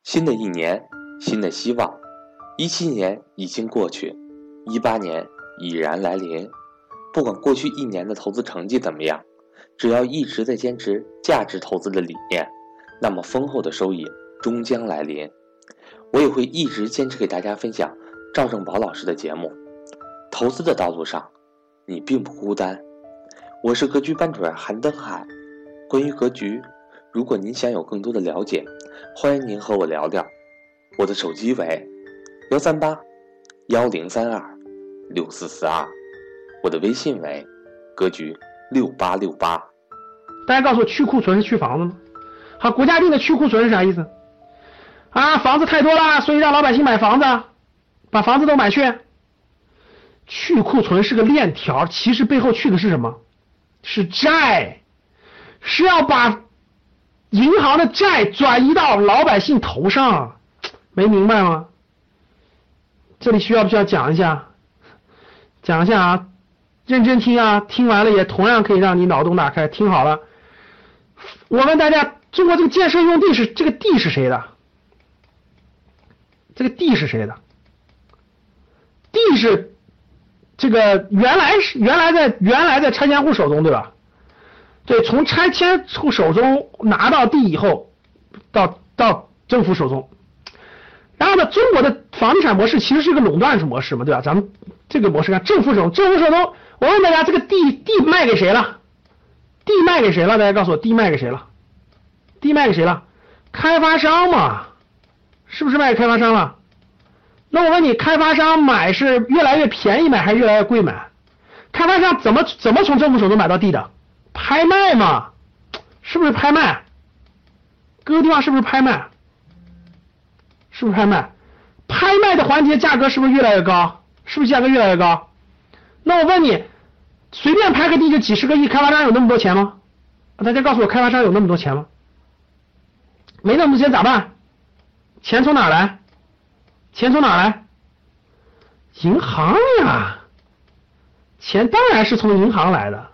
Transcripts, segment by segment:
新的一年，新的希望。17年已经过去，18年已然来临。不管过去一年的投资成绩怎么样，只要一直在坚持价值投资的理念，那么丰厚的收益终将来临。我也会一直坚持给大家分享赵正宝老师的节目。投资的道路上，你并不孤单。我是格局班主任韩登海。关于格局，如果您想有更多的了解，欢迎您和我聊聊。我的手机为13810326442，我的微信为格局6868。 大家告诉我，去库存是去房子吗？好，国家定的去库存是啥意思？房子太多了，所以让老百姓买房子，把房子都买去。去库存是个链条，其实背后去的是什么？是债，是要把银行的债转移到老百姓头上，没明白吗？这里需要不需要讲一下？讲一下啊，认真听啊，听完了也同样可以让你脑洞大开。听好了，我问大家，中国这个建设用地这个地是谁的？这个地是谁的？地是这个原来在拆迁户手中，对吧？对，从拆迁户手中拿到地以后，到政府手中。然后呢，中国的房地产模式其实是一个垄断式模式嘛，对吧？咱们这个模式看政府手中，我问大家，这个地卖给谁了？地卖给谁了？大家告诉我，地卖给谁了？地卖给谁了？开发商嘛，是不是卖给开发商了？那我问你，开发商买是越来越便宜买还是越来越贵买？开发商怎么从政府手中买到地的？拍卖嘛，是不是拍卖？各个地方是不是拍卖？是不是拍卖？拍卖的环节价格是不是越来越高？是不是价格越来越高？那我问你，随便拍个地就几十个亿，开发商有那么多钱吗？大家告诉我，开发商有那么多钱吗？没那么多钱咋办？钱从哪来？钱从哪来？银行呀，钱当然是从银行来的。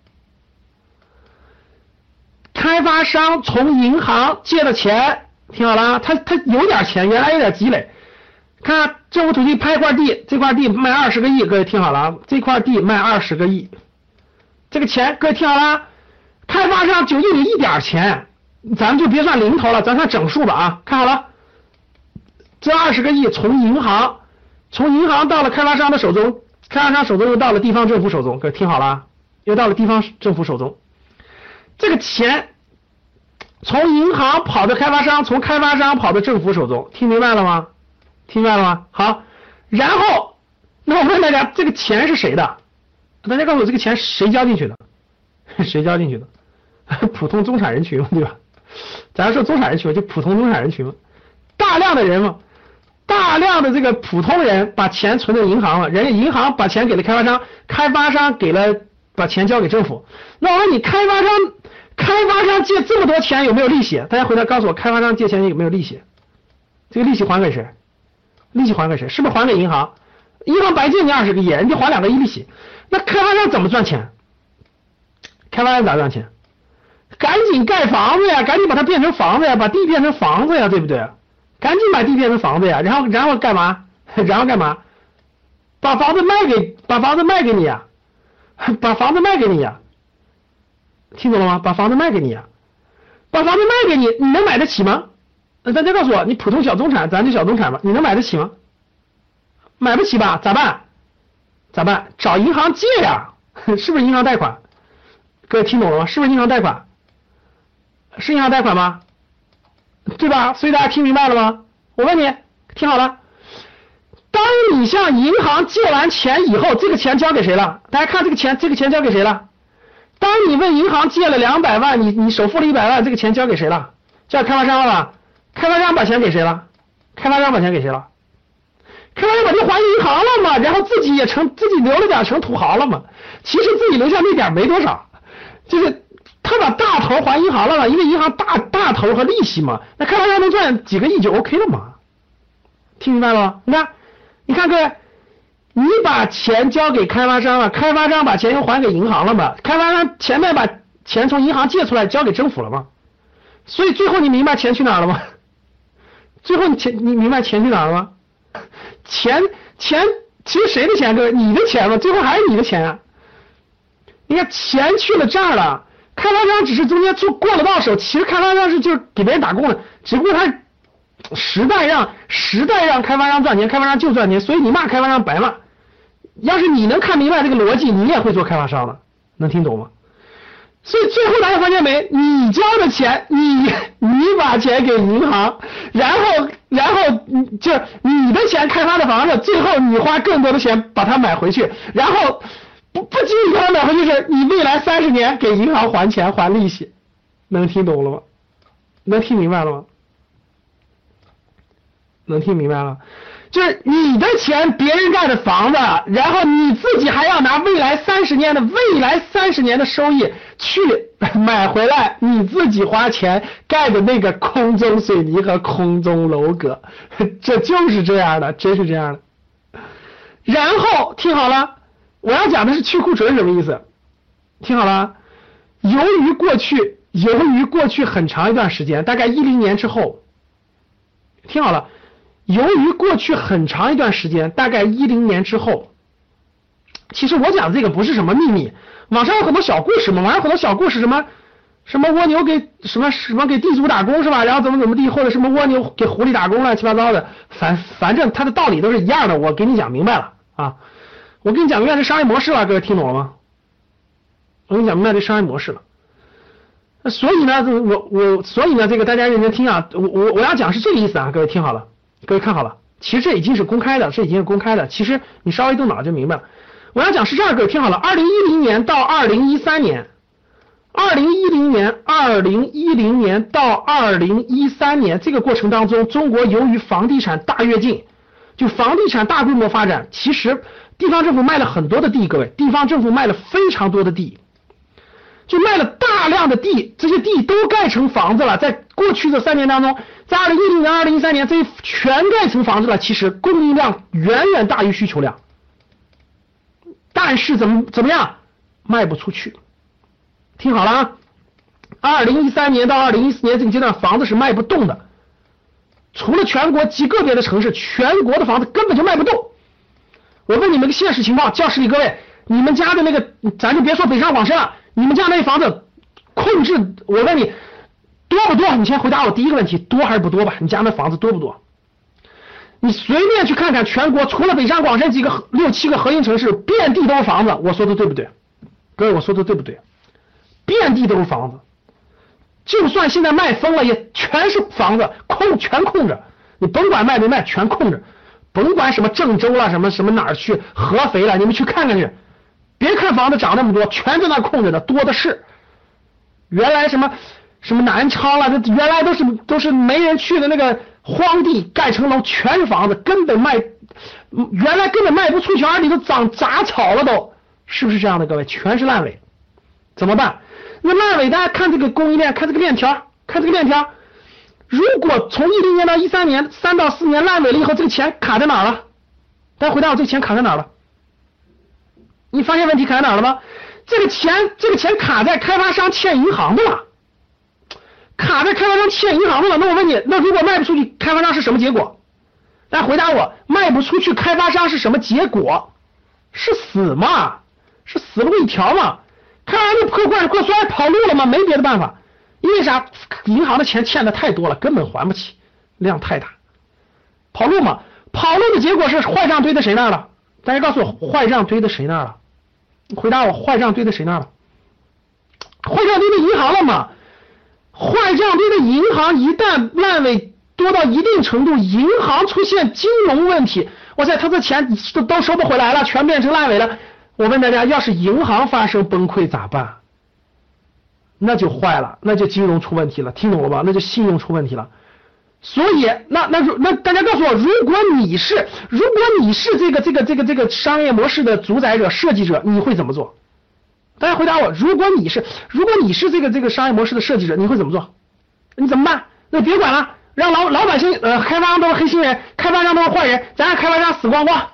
开发商从银行借的钱，听好了，他有点钱，原来有点积累。看政府土地拍一块地，这块地卖20个亿，各位听好了，这块地卖20个亿，这个钱各位听好了，开发商就有一点钱，咱们就别算零头了，咱算整数吧啊，看好了，这20个亿从银行到了开发商的手中，开发商手中又到了地方政府手中，各位听好了，又到了地方政府手中。这个钱从银行跑到开发商，从开发商跑到政府手中，听明白了吗？听明白了吗？好，然后那我问大家，这个钱是谁的？大家告诉我，这个钱谁交进去的？谁交进去的？普通中产人群嘛，对吧？咱说中产人群，就普通中产人群嘛，大量的人嘛，大量的这个普通人把钱存在银行了，人家银行把钱给了开发商，开发商把钱交给政府。那我问你，开发商借这么多钱有没有利息？大家回答告诉我，开发商借钱有没有利息？这个利息还给谁？利息还给谁？是不是还给银行？银行白借你20个亿，人家还2个亿利息。那开发商怎么赚钱？开发商咋赚钱？赶紧盖房子呀，赶紧把它变成房子呀，把地变成房子呀，对不对？赶紧把地变成房子呀，然后干嘛？然后干嘛？把房子卖给你呀，把房子卖给你呀，听懂了吗？把房子卖给你呀，把房子卖给你，你能买得起吗？大家告诉我，你普通小中产，咱就小中产吧，你能买得起吗？买不起吧？咋办？找银行借呀，是不是银行贷款？各位听懂了吗？是不是银行贷款？是银行贷款吗？对吧？所以大家听明白了吗？我问你，听好了，当你向银行借完钱以后，这个钱交给谁了？大家看这个钱交给谁了？当你问银行借了200万，你首付了100万，这个钱交给谁了？交给开发商了吧？开发商把钱给谁了？开发商把钱给谁了？开发商把钱还银行了嘛？然后自己留了点成土豪了嘛？其实自己留下那点没多少，就是他把大头还银行了嘛？因为银行大头和利息嘛，那开发商能赚几个亿就 OK 了嘛？听明白了吗？你看各位，你把钱交给开发商了，开发商把钱又还给银行了嘛？开发商前面把钱从银行借出来交给政府了吗？所以最后你明白钱去哪儿了吗？ 最后你明白钱去哪儿了吗？钱其实谁的钱？各位，你的钱嘛，最后还是你的钱啊。你看钱去了这儿了，开发商只是中间过了到手，其实开发商就是给别人打工的，只不过他时代让开发商赚钱，开发商就赚钱，所以你骂开发商白骂。要是你能看明白这个逻辑，你也会做开发商的，能听懂吗？所以最后大家发现没？你交的钱，你把钱给银行，然后就你的钱开发的房子，最后你花更多的钱把它买回去，然后不仅仅把它买回去，是你未来30年给银行还钱还利息，能听懂了吗？能听明白了吗？能听明白了？就是你的钱，别人盖的房子，然后你自己还要拿未来30年的收益去买回来，你自己花钱盖的那个空中水泥和空中楼阁，这就是这样的，真是这样的。然后听好了，我要讲的是去库存什么意思？听好了，由于过去很长一段时间，大概10年之后，听好了。由于过去很长一段时间，大概10年之后，其实我讲这个不是什么秘密，网上有很多小故事嘛，什么蜗牛给什么给地主打工是吧？然后怎么地，或者什么蜗牛给狐狸打工乱七八糟的，反正它的道理都是一样的，我给你讲明白了啊，我给你讲明白这商业模式了，各位听懂了吗？我给你讲明白这商业模式了。所以呢，这个大家认真听啊，我要讲是这个意思啊，各位听好了。各位看好了，其实这已经是公开的，其实你稍微动脑就明白了。我要讲是这样，各位听好了，2010年到2013年到2013年这个过程当中，中国由于房地产大跃进，就房地产大规模发展，其实地方政府卖了很多的地，各位，地方政府卖了非常多的地，就卖了大量的地，这些地都盖成房子了。在过去的3年当中，在2010年、2013年，这些全盖成房子了。其实供应量远远大于需求量，但是怎么样，卖不出去。听好了啊，2013年到2014年这个阶段，房子是卖不动的，除了全国极个别的城市，全国的房子根本就卖不动。我问你们个现实情况，教室里各位，你们家的那个，咱就别说北上广深了，你们家那房子控制，我问你多不多？你先回答我第一个问题，多还是不多吧？你家那房子多不多？你随便去看看全国，除了北上广深几个6、7个核心城市，遍地都是房子，我说的对不对？各位，我说的对不对？遍地都是房子，就算现在卖疯了，也全是房子，全空着，你甭管卖没卖，全空着，甭管什么郑州了，什么哪儿去，合肥了，你们去看看去，别看房子涨那么多，全在那空着的，多的是。原来什么南昌了，这原来都是没人去的那个荒地，盖成楼，全是房子，原来根本卖不出去，而里头长杂草了都，是不是这样的？各位，全是烂尾，怎么办？那烂尾，大家看这个供应链，看这个链条，如果从10年到13年，3到4年烂尾了以后，这个钱卡在哪儿了？大家回答我，这个钱卡在哪儿了？你发现问题卡在哪儿了吗？这个钱卡在开发商欠银行的了，那我问你，那如果卖不出去，开发商是什么结果？大家回答我，卖不出去，开发商是什么结果？是死嘛？是死路一条嘛？开发商就破酸跑路了吗？没别的办法，因为啥？银行的钱欠的太多了，根本还不起，量太大，跑路嘛。跑路的结果是坏账堆在谁那儿了？大家告诉我，坏账堆在谁那儿了？回答我，坏账堆在谁那儿了？坏账堆在银行了嘛？坏账堆的银行一旦烂尾多到一定程度，银行出现金融问题，哇塞，他这钱都收不回来了，全变成烂尾了。我问大家，要是银行发生崩溃咋办？那就坏了，那就金融出问题了，听懂了吧？那就信用出问题了。所以那大家告诉我，如果你是这个商业模式的主宰者、设计者，你会怎么做？大家回答我，如果你是这个商业模式的设计者，你会怎么做？你怎么办？那别管了，让老百姓开发商都是黑心人，开发商都是坏人，咱让开发商死光光。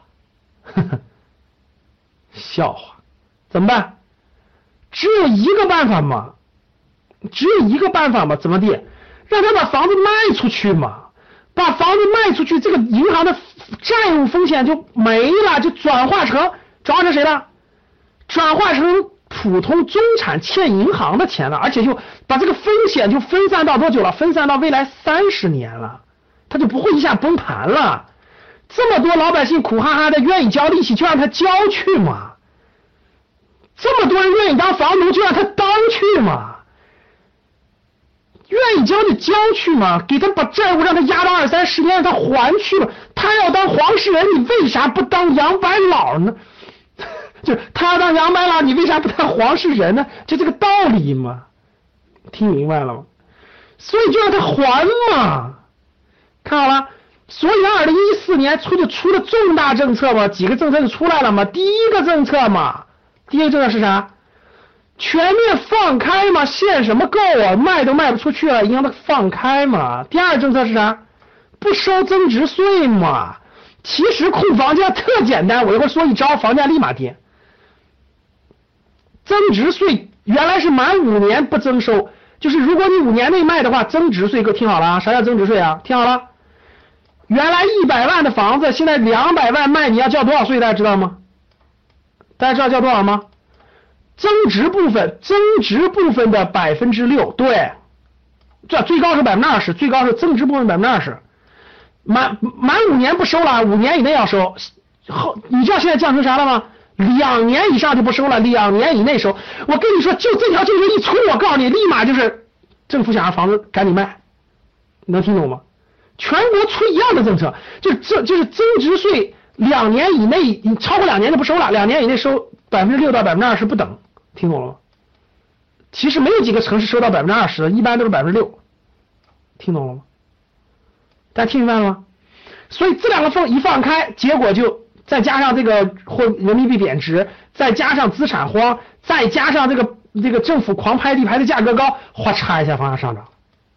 笑话，怎么办？只有一个办法嘛，怎么地？让他把房子卖出去嘛， 把房子卖出去，这个银行的债务风险就没了，就转化成谁了？转化成普通中产欠银行的钱了，而且就把这个风险就分散到多久了？分散到未来30年了，他就不会一下崩盘了。这么多老百姓苦哈哈的愿意交利息，就让他交去嘛。这么多人愿意当房奴，就让他当去嘛。愿意交就交去嘛，给他把债务让他压到20-30年，让他还去嘛。他要当黄世仁，你为啥不当杨白劳呢？就他要当杨白劳，你为啥不当黄世仁呢？就这个道理嘛，听明白了吗？所以就让他还嘛，看好了。所以2014年出了重大政策嘛，几个政策就出来了嘛。第一个政策是啥？全面放开嘛，限什么购啊，卖都卖不出去了，银行的放开嘛。第二政策是啥？不收增值税嘛。其实控房价特简单，我一会儿说一招，房价立马跌。增值税原来是满5年不征收，就是如果你5年内卖的话，增值税，各位听好了啊，啥叫增值税啊？听好了，原来100万的房子，现在200万卖，你要交多少税？大家知道吗？大家知道交多少吗？增值部分的6%，对，这最高是20%，最高是增值部分20%。满5年不收了，5年以内要收。你知道现在降成啥了吗？2年以上就不收了，2年以内收。我跟你说，就这条政策一出，我告诉你，立马就是政府想让房子赶紧卖，能听懂吗？全国出一样的政策，就是增值税2年以内，你超过2年就不收了，2年以内收6%到20%不等，听懂了吗？其实没有几个城市收到20%的，一般都是6%，听懂了吗？大家听明白了吗？所以这两个一放开，结果就再加上这个人民币贬值，再加上资产荒，再加上这个政府狂拍地牌的价格高，哗嚓一下房价上涨。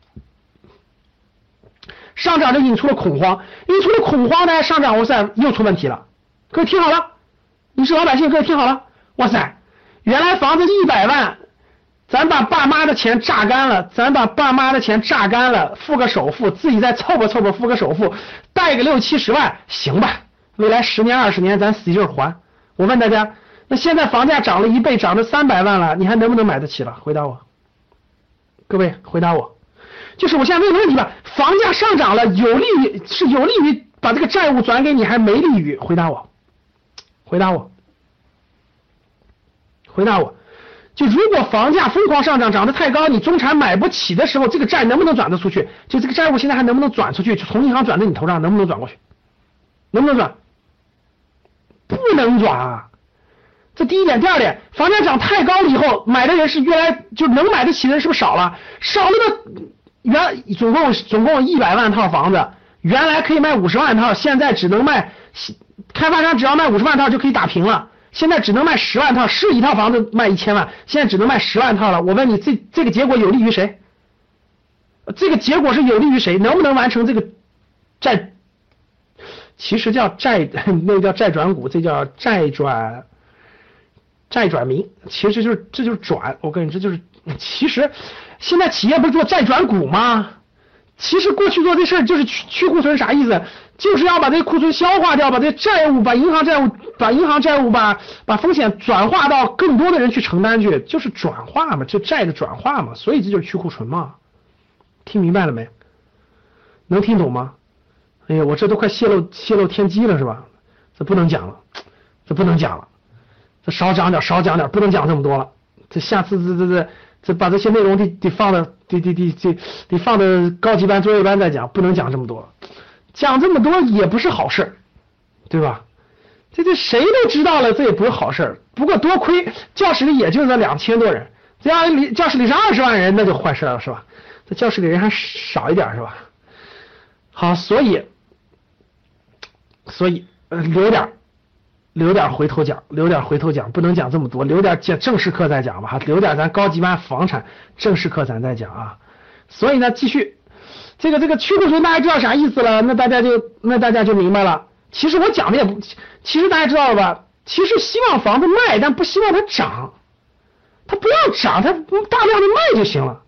上涨就引出了恐慌，呢，上涨哇塞又出问题了。各位听好了，你是老百姓，各位听好了，哇塞，原来房子100万，咱把爸妈的钱榨干了，付个首付，自己再凑合付个首付，贷个60-70万，行吧？未来10年20年咱使劲还。我问大家，那现在房价涨了1倍，涨了300万了，你还能不能买得起了？回答我，各位回答我。就是我现在问个问题吧，房价上涨了，有利于把这个债务转给你，还没利于？回答我。就如果房价疯狂上涨，涨得太高，你中产买不起的时候，这个债能不能转得出去？就这个债务现在还能不能转出去？就从银行转到你头上，能不能转过去？能不能转？不能转啊！这第一点。第二点，房价涨太高了以后，买的人是就能买得起的人是不是少了？少了的总共100万套房子，原来可以卖50万套，现在只能卖，开发商只要卖50万套就可以打平了。现在只能卖10万套，是一套房子卖1000万，现在只能卖10万套了。我问你，这个结果有利于谁？这个结果是有利于谁？能不能完成这个债？其实叫债，那个叫债转股，这叫债转民。其实这就是转。我跟你说，其实现在企业不是做债转股吗？其实过去做这事儿就是去库存，啥意思？就是要把这个库存消化掉，把这债务，把银行债务，把风险转化到更多的人去承担去，就是转化嘛，就债的转化嘛，所以这就是去库存嘛。听明白了没？能听懂吗？哎呀，我这都快泄露天机了是吧？这不能讲了，这少讲点，不能讲这么多了。这下次这把这些内容得放的高级班作业班再讲，不能讲这么多了。讲这么多也不是好事，对吧？这谁都知道了，这也不是好事。不过多亏教室里也就这2000多人，这要教室里是20万人，那就坏事了，是吧？这教室里人还少一点，是吧？好，所以留点回头讲，不能讲这么多，留点正式课再讲吧，留点咱高级班房产正式课咱再讲啊。所以呢，继续。这个去库存大家知道啥意思了？那大家就明白了。其实我讲的其实大家知道了吧？其实希望房子卖，但不希望它涨，它不要涨，它大量的卖就行了。